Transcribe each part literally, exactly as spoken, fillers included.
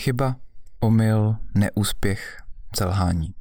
Chyba, omyl, neúspěch, selhání.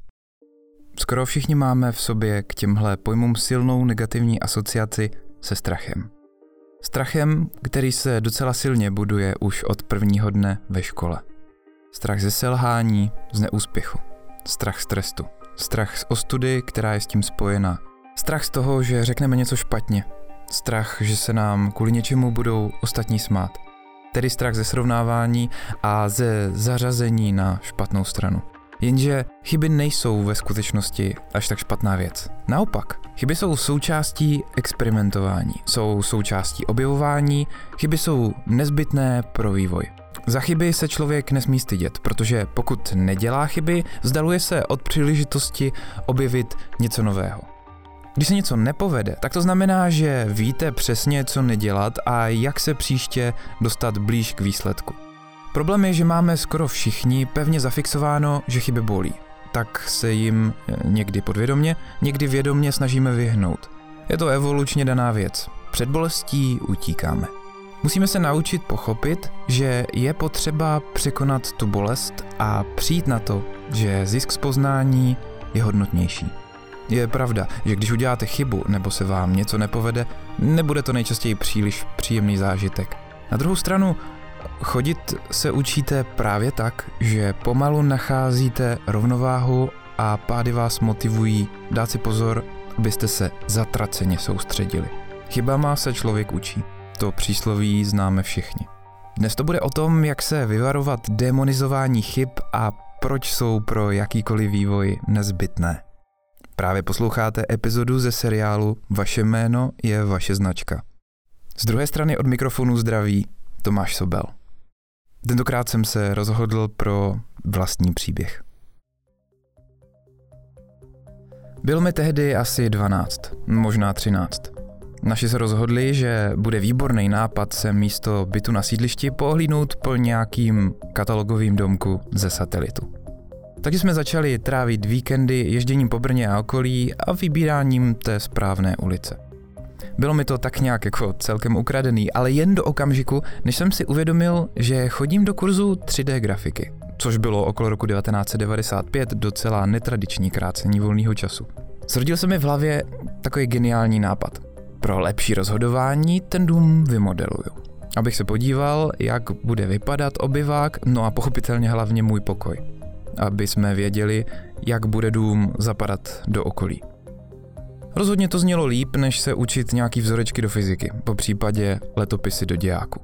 Skoro všichni máme v sobě k těmhle pojmům silnou negativní asociaci se strachem. Strachem, který se docela silně buduje už od prvního dne ve škole. Strach ze selhání, z neúspěchu. Strach z trestu. Strach z ostudy, která je s tím spojena. Strach z toho, že řekneme něco špatně. Strach, že se nám kvůli něčemu budou ostatní smát. Tedy strach ze srovnávání a ze zařazení na špatnou stranu. Jenže chyby nejsou ve skutečnosti až tak špatná věc. Naopak, chyby jsou součástí experimentování, jsou součástí objevování, chyby jsou nezbytné pro vývoj. Za chyby se člověk nesmí stydět, protože pokud nedělá chyby, vzdaluje se od příležitosti objevit něco nového. Když se něco nepovede, tak to znamená, že víte přesně, co nedělat a jak se příště dostat blíž k výsledku. Problém je, že máme skoro všichni pevně zafixováno, že chyby bolí. Tak se jim někdy podvědomě, někdy vědomě snažíme vyhnout. Je to evolučně daná věc. Před bolestí utíkáme. Musíme se naučit pochopit, že je potřeba překonat tu bolest a přijít na to, že zisk z poznání je hodnotnější. Je pravda, že když uděláte chybu nebo se vám něco nepovede, nebude to nejčastěji příliš příjemný zážitek. Na druhou stranu, chodit se učíte právě tak, že pomalu nacházíte rovnováhu a pády vás motivují dát si pozor, abyste se zatraceně soustředili. Chybama se člověk učí. To přísloví známe všichni. Dnes to bude o tom, jak se vyvarovat demonizování chyb a proč jsou pro jakýkoliv vývoj nezbytné. Právě posloucháte epizodu ze seriálu Vaše jméno je vaše značka. Z druhé strany od mikrofonu zdraví Tomáš Sobel. Tentokrát jsem se rozhodl pro vlastní příběh. Bylo mi tehdy asi dvanáct, možná třináct. Naši se rozhodli, že bude výborný nápad se místo bytu na sídlišti pohlídnout po nějakým katalogovým domku ze satelitu. Takže jsme začali trávit víkendy ježděním po Brně a okolí a vybíráním té správné ulice. Bylo mi to tak nějak jako celkem ukradený, ale jen do okamžiku, než jsem si uvědomil, že chodím do kurzu tři dé grafiky, což bylo okolo roku devatenáct set devadesát pět docela netradiční krácení volného času. Zrodil se mi v hlavě takový geniální nápad. Pro lepší rozhodování ten dům vymodeluju. Abych se podíval, jak bude vypadat obyvák, no a pochopitelně hlavně můj pokoj. Aby jsme věděli, jak bude dům zapadat do okolí. Rozhodně to znělo líp, než se učit nějaký vzorečky do fyziky, po případě letopisy do dějáku.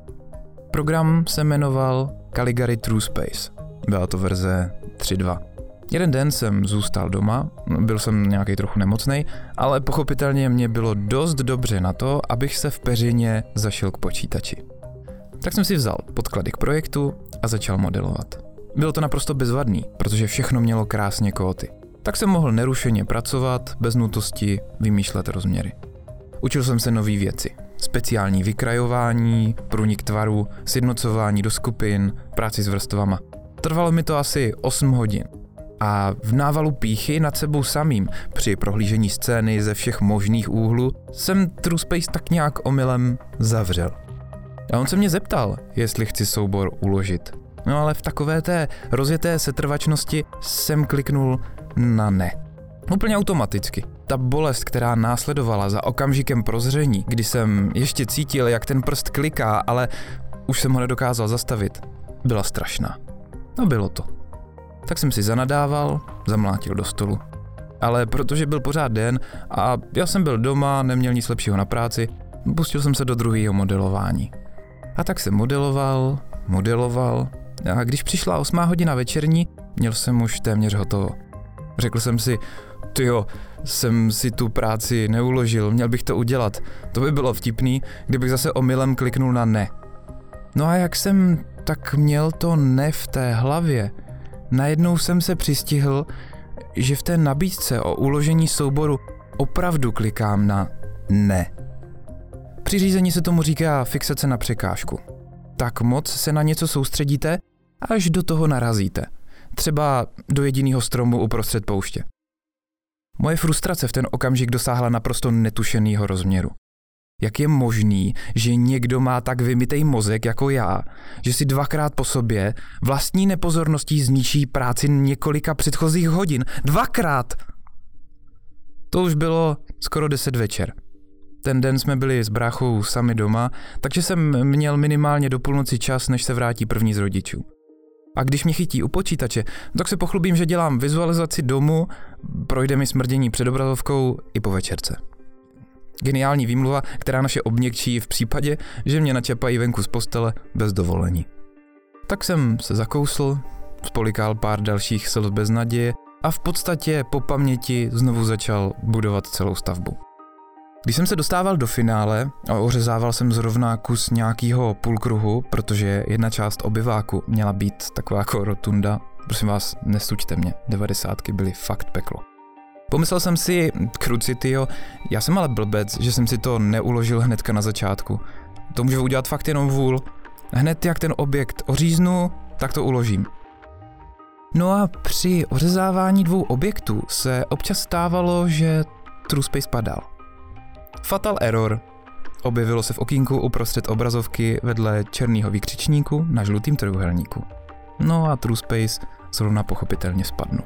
Program se jmenoval Caligari True Space. Byla to verze tři tečka dva. Jeden den jsem zůstal doma, byl jsem nějaký trochu nemocnej, ale pochopitelně mě bylo dost dobře na to, abych se v peřině zašel k počítači. Tak jsem si vzal podklady k projektu a začal modelovat. Bylo to naprosto bezvadný, protože všechno mělo krásně kóty. Tak jsem mohl nerušeně pracovat, bez nutnosti vymýšlet rozměry. Učil jsem se nové věci. Speciální vykrajování, průnik tvarů, sjednocování do skupin, práci s vrstvama. Trvalo mi to asi osm hodin. A v návalu pýchy nad sebou samým, při prohlížení scény ze všech možných úhlů, jsem True Space tak nějak omylem zavřel. A on se mě zeptal, jestli chci soubor uložit. No ale v takové té rozjeté setrvačnosti jsem kliknul na ne. Úplně automaticky. Ta bolest, která následovala za okamžikem prozření, kdy jsem ještě cítil, jak ten prst kliká, ale už jsem ho nedokázal zastavit, byla strašná. No bylo to. Tak jsem si zanadával, zamlátil do stolu. Ale protože byl pořád den a já jsem byl doma, neměl nic lepšího na práci, pustil jsem se do druhého modelování. A tak jsem modeloval, modeloval a když přišla osmá hodina večerní, měl jsem už téměř hotovo. Řekl jsem si, tyjo, jsem si tu práci neuložil, měl bych to udělat. To by bylo vtipný, kdybych zase omylem kliknul na ne. No a jak jsem tak měl to ne v té hlavě, najednou jsem se přistihl, že v té nabídce o uložení souboru opravdu klikám na ne. Při řízení se tomu říká fixace na překážku. Tak moc se na něco soustředíte, až do toho narazíte. Třeba do jediného stromu uprostřed pouště. Moje frustrace v ten okamžik dosáhla naprosto netušenýho rozměru. Jak je možný, že někdo má tak vymytej mozek jako já, že si dvakrát po sobě vlastní nepozorností zničí práci několika předchozích hodin. Dvakrát! To už bylo skoro deset večer. Ten den jsme byli s bráchou sami doma, takže jsem měl minimálně do půlnoci čas, než se vrátí první z rodičů. A když mě chytí u počítače, tak se pochlubím, že dělám vizualizaci domu, projde mi smrdění před obrazovkou i po večerce. Geniální výmluva, která naše obměkčí v případě, že mě načapají venku z postele bez dovolení. Tak jsem se zakousl, spolikal pár dalších slz bez naděje a v podstatě po paměti znovu začal budovat celou stavbu. Když jsem se dostával do finále a ořezával jsem zrovna kus nějakého půlkruhu, protože jedna část obyváku měla být taková jako rotunda, prosím vás, nesuďte mě, devadesátky byly fakt peklo. Pomyslel jsem si, kruci tyjo, já jsem ale blbec, že jsem si to neuložil hnedka na začátku. To může udělat fakt jenom vůl. Hned jak ten objekt oříznu, tak to uložím. No a při ořezávání dvou objektů se občas stávalo, že TrueSpace padal. Fatal error. Objevilo se v okýnku uprostřed obrazovky vedle černého výkřičníku na žlutým trojúhelníku. No a TrueSpace zrovna pochopitelně spadnul.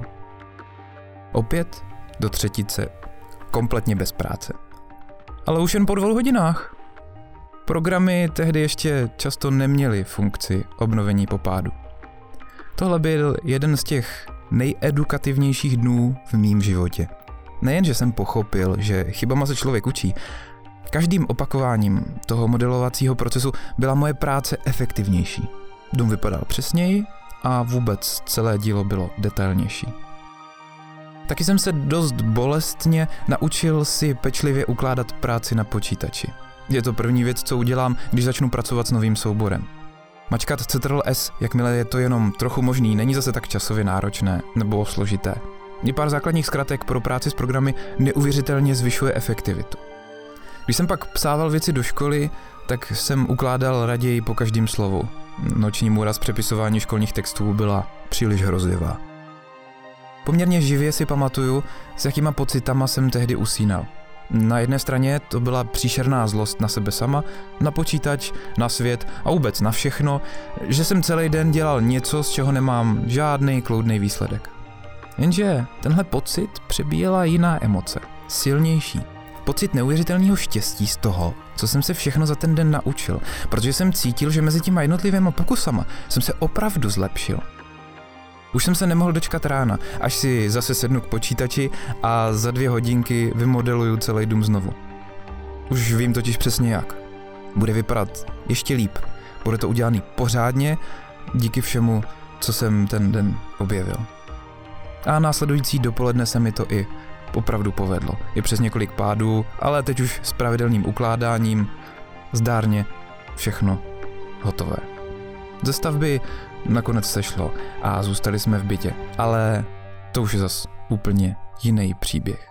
Opět do třetice, kompletně bez práce. Ale už jen po dvou hodinách. Programy tehdy ještě často neměly funkci obnovení po pádu. Tohle byl jeden z těch nejedukativnějších dnů v mým životě. Nejen, že jsem pochopil, že chybama se člověk učí, každým opakováním toho modelovacího procesu byla moje práce efektivnější. Dům vypadal přesněji a vůbec celé dílo bylo detailnější. Taky jsem se dost bolestně naučil si pečlivě ukládat práci na počítači. Je to první věc, co udělám, když začnu pracovat s novým souborem. Mačkat Ctrl S, jakmile je to jenom trochu možný, není zase tak časově náročné nebo složité. I pár základních zkratek pro práci s programy neuvěřitelně zvyšuje efektivitu. Když jsem pak psával věci do školy, tak jsem ukládal raději po každém slovu. Noční můra z přepisování školních textů byla příliš hrozivá. Poměrně živě si pamatuju, s jakýma pocitama jsem tehdy usínal. Na jedné straně to byla příšerná zlost na sebe sama, na počítač, na svět a vůbec na všechno, že jsem celý den dělal něco, z čeho nemám žádný kloudný výsledek. Jenže tenhle pocit přebíjela jiná emoce, silnější. Pocit neuvěřitelného štěstí z toho, co jsem se všechno za ten den naučil, protože jsem cítil, že mezi těma jednotlivými pokusama jsem se opravdu zlepšil. Už jsem se nemohl dočkat rána, až si zase sednu k počítači a za dvě hodinky vymodeluju celý dům znovu. Už vím totiž přesně jak. Bude vypadat ještě líp. Bude to udělaný pořádně díky všemu, co jsem ten den objevil. A následující dopoledne se mi to i opravdu povedlo. I přes několik pádů, ale teď už s pravidelným ukládáním, zdárně všechno hotové. Ze stavby nakonec sešlo a zůstali jsme v bytě, ale to už je zas úplně jiný příběh.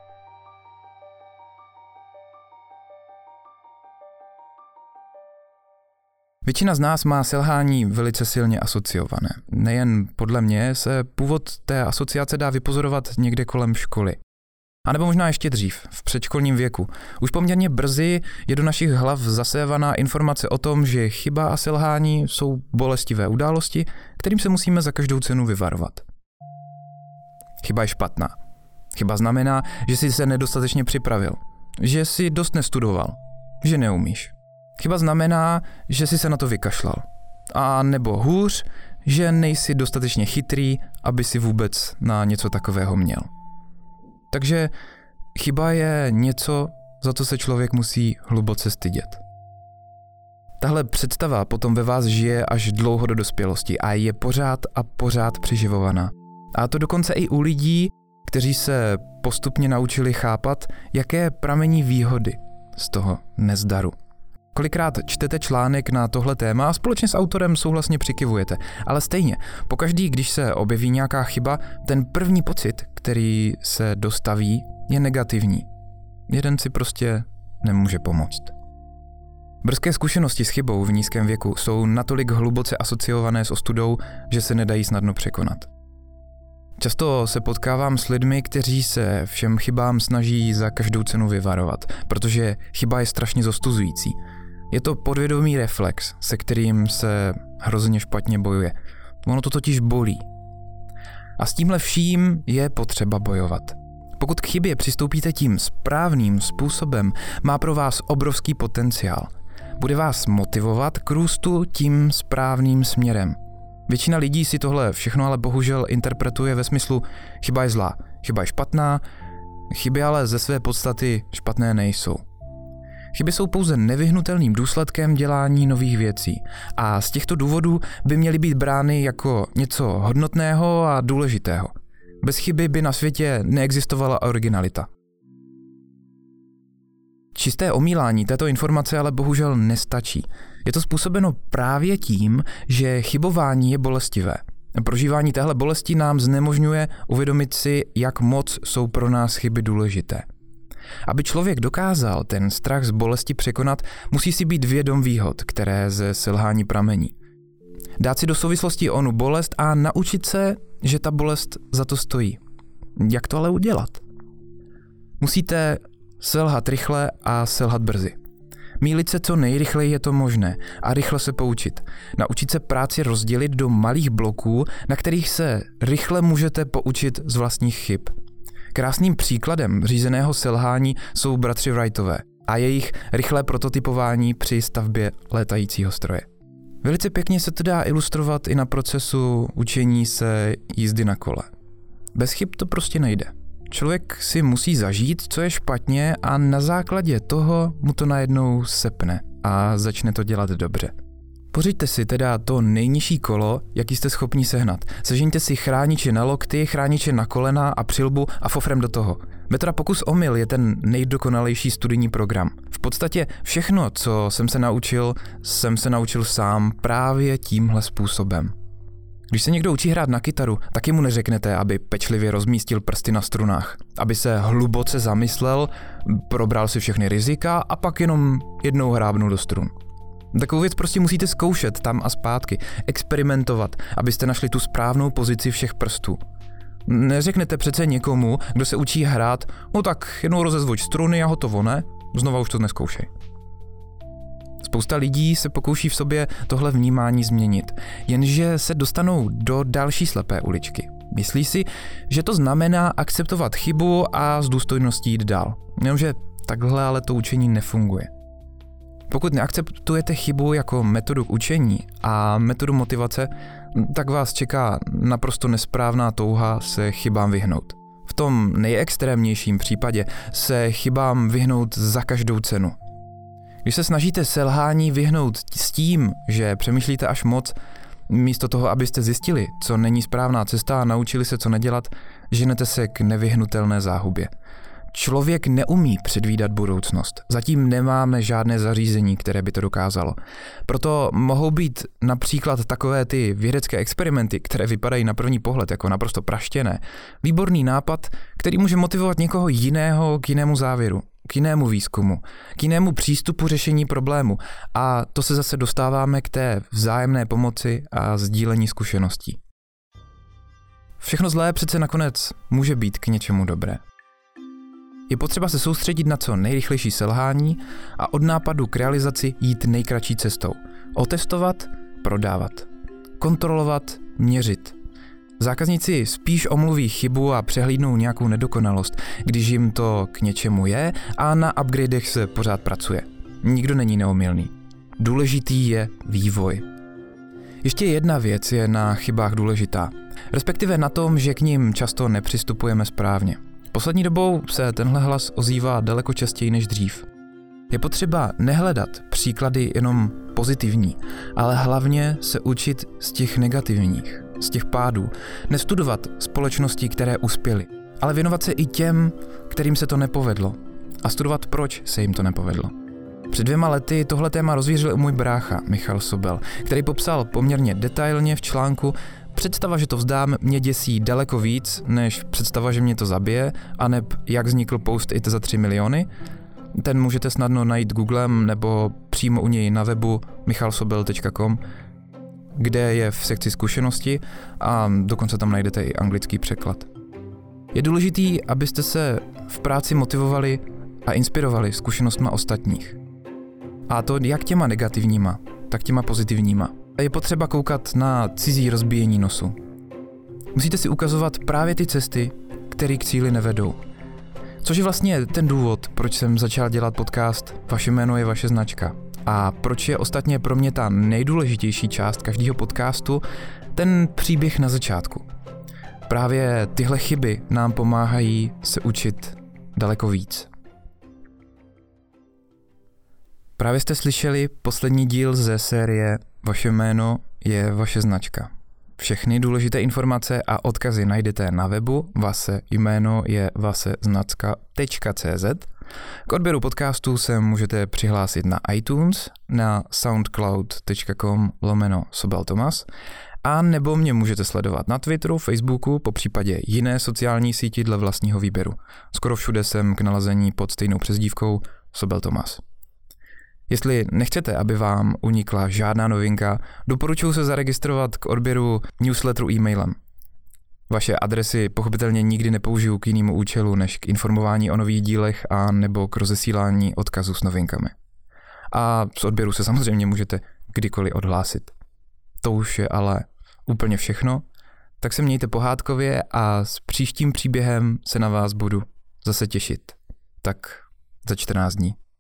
Většina z nás má selhání velice silně asociované. Nejen podle mě se původ té asociace dá vypozorovat někde kolem školy. A nebo možná ještě dřív, v předškolním věku. Už poměrně brzy je do našich hlav zasévaná informace o tom, že chyba a selhání jsou bolestivé události, kterým se musíme za každou cenu vyvarovat. Chyba je špatná. Chyba znamená, že jsi se nedostatečně připravil, že jsi dost nestudoval, že neumíš. Chyba znamená, že jsi se na to vykašlal. A nebo hůř, že nejsi dostatečně chytrý, aby si vůbec na něco takového měl. Takže chyba je něco, za co se člověk musí hluboce stydět. Tahle představa potom ve vás žije až dlouho do dospělosti a je pořád a pořád přeživovaná. A to dokonce i u lidí, kteří se postupně naučili chápat, jaké pramení výhody z toho nezdaru. Kolikrát čtete článek na tohle téma a společně s autorem souhlasně přikivujete, ale stejně, pokaždý, když se objeví nějaká chyba, ten první pocit, který se dostaví, je negativní. Jeden si prostě nemůže pomoct. Brzké zkušenosti s chybou v nízkém věku jsou natolik hluboce asociované s ostudou, že se nedají snadno překonat. Často se potkávám s lidmi, kteří se všem chybám snaží za každou cenu vyvarovat, protože chyba je strašně zostuzující. Je to podvědomý reflex, se kterým se hrozně špatně bojuje. Ono to totiž bolí. A s tímhle vším je potřeba bojovat. Pokud k chybě přistoupíte tím správným způsobem, má pro vás obrovský potenciál. Bude vás motivovat k růstu tím správným směrem. Většina lidí si tohle všechno ale bohužel interpretuje ve smyslu chyba je zlá, chyba je špatná, chyby ale ze své podstaty špatné nejsou. Chyby jsou pouze nevyhnutelným důsledkem dělání nových věcí a z těchto důvodů by měly být brány jako něco hodnotného a důležitého. Bez chyby by na světě neexistovala originalita. Čisté omílání této informace ale bohužel nestačí. Je to způsobeno právě tím, že chybování je bolestivé. Prožívání téhle bolesti nám znemožňuje uvědomit si, jak moc jsou pro nás chyby důležité. Aby člověk dokázal ten strach z bolesti překonat, musí si být vědom výhod, které ze selhání pramení. Dát si do souvislosti onu bolest a naučit se, že ta bolest za to stojí. Jak to ale udělat? Musíte selhat rychle a selhat brzy. Mýlit se co nejrychleji je to možné a rychle se poučit. Naučit se práci rozdělit do malých bloků, na kterých se rychle můžete poučit z vlastních chyb. Krásným příkladem řízeného selhání jsou bratři Wrightové a jejich rychlé prototypování při stavbě létajícího stroje. Velice pěkně se to dá ilustrovat i na procesu učení se jízdy na kole. Bez chyb to prostě nejde. Člověk si musí zažít, co je špatně a na základě toho mu to najednou sepne a začne to dělat dobře. Pořiďte si teda to nejnižší kolo, jaký jste schopni sehnat. Sežeňte si chrániče na lokty, chrániče na kolena a přilbu a fofrem do toho. Metoda pokus omyl je ten nejdokonalejší studijní program. V podstatě všechno, co jsem se naučil, jsem se naučil sám právě tímhle způsobem. Když se někdo učí hrát na kytaru, taky mu neřeknete, aby pečlivě rozmístil prsty na strunách, aby se hluboce zamyslel, probral si všechny rizika a pak jenom jednou hrábnul do strun. Takovou věc prostě musíte zkoušet tam a zpátky, experimentovat, abyste našli tu správnou pozici všech prstů. Neřeknete přece někomu, kdo se učí hrát, no tak jednou rozezvoď struny a hotovo, ne? Znova už to neskoušej. Spousta lidí se pokouší v sobě tohle vnímání změnit, jenže se dostanou do další slepé uličky. Myslí si, že to znamená akceptovat chybu a s důstojností jít dál. Jenomže takhle ale to učení nefunguje. Pokud neakceptujete chybu jako metodu k učení a metodu motivace, tak vás čeká naprosto nesprávná touha se chybám vyhnout. V tom nejextrémnějším případě se chybám vyhnout za každou cenu. Když se snažíte selhání vyhnout s tím, že přemýšlíte až moc, místo toho, abyste zjistili, co není správná cesta a naučili se, co nedělat, ženete se k nevyhnutelné záhubě. Člověk neumí předvídat budoucnost. Zatím nemáme žádné zařízení, které by to dokázalo. Proto mohou být například takové ty vědecké experimenty, které vypadají na první pohled jako naprosto praštěné. Výborný nápad, který může motivovat někoho jiného k jinému závěru, k jinému výzkumu, k jinému přístupu řešení problému. A to se zase dostáváme k té vzájemné pomoci a sdílení zkušeností. Všechno zlé přece nakonec může být k něčemu dobré. Je potřeba se soustředit na co nejrychlejší selhání a od nápadu k realizaci jít nejkratší cestou. Otestovat, prodávat. Kontrolovat, měřit. Zákazníci spíš omluví chybu a přehlídnou nějakou nedokonalost, když jim to k něčemu je a na upgradech se pořád pracuje. Nikdo není neomylný. Důležitý je vývoj. Ještě jedna věc je na chybách důležitá, respektive na tom, že k nim často nepřistupujeme správně. Poslední dobou se tenhle hlas ozývá daleko častěji než dřív. Je potřeba nehledat příklady jenom pozitivní, ale hlavně se učit z těch negativních, z těch pádů. Nestudovat společnosti, které uspěly, ale věnovat se i těm, kterým se to nepovedlo. A studovat, proč se jim to nepovedlo. Před dvěma lety tohle téma rozvířil můj brácha Michal Sobel, který popsal poměrně detailně v článku Představa, že to vzdám, mě děsí daleko víc, než představa, že mě to zabije, aneb jak vznikl Post-it za tři miliony. Ten můžete snadno najít Googlem nebo přímo u něj na webu michalsobel tečka com. kde je v sekci zkušenosti a dokonce tam najdete i anglický překlad. Je důležitý, abyste se v práci motivovali a inspirovali zkušenostma ostatních. A to jak těma negativníma, tak těma pozitivníma. A je potřeba koukat na cizí rozbíjení nosu. Musíte si ukazovat právě ty cesty, které k cíli nevedou. Což je vlastně ten důvod, proč jsem začal dělat podcast Vaše jméno je vaše značka. A proč je ostatně pro mě ta nejdůležitější část každého podcastu ten příběh na začátku. Právě tyhle chyby nám pomáhají se učit daleko víc. Právě jste slyšeli poslední díl ze série Vaše jméno je vaše značka. Všechny důležité informace a odkazy najdete na webu Vase jméno je vaše značka tečka cé zet. K odběru podcastu se můžete přihlásit na iTunes, na soundcloud tečka com lomeno sobeltomas a nebo mě můžete sledovat na Twitteru, Facebooku, popřípadě jiné sociální síti dle vlastního výběru. Skoro všude jsem k nalezení pod stejnou přezdívkou Sobeltomas. Jestli nechcete, aby vám unikla žádná novinka, doporučuji se zaregistrovat k odběru newsletteru e-mailem. Vaše adresy pochopitelně nikdy nepoužiju k jinému účelu, než k informování o nových dílech a nebo k rozesílání odkazů s novinkami. A z odběru se samozřejmě můžete kdykoliv odhlásit. To už je ale úplně všechno, tak se mějte pohádkově a s příštím příběhem se na vás budu zase těšit. Tak za čtrnáct dní.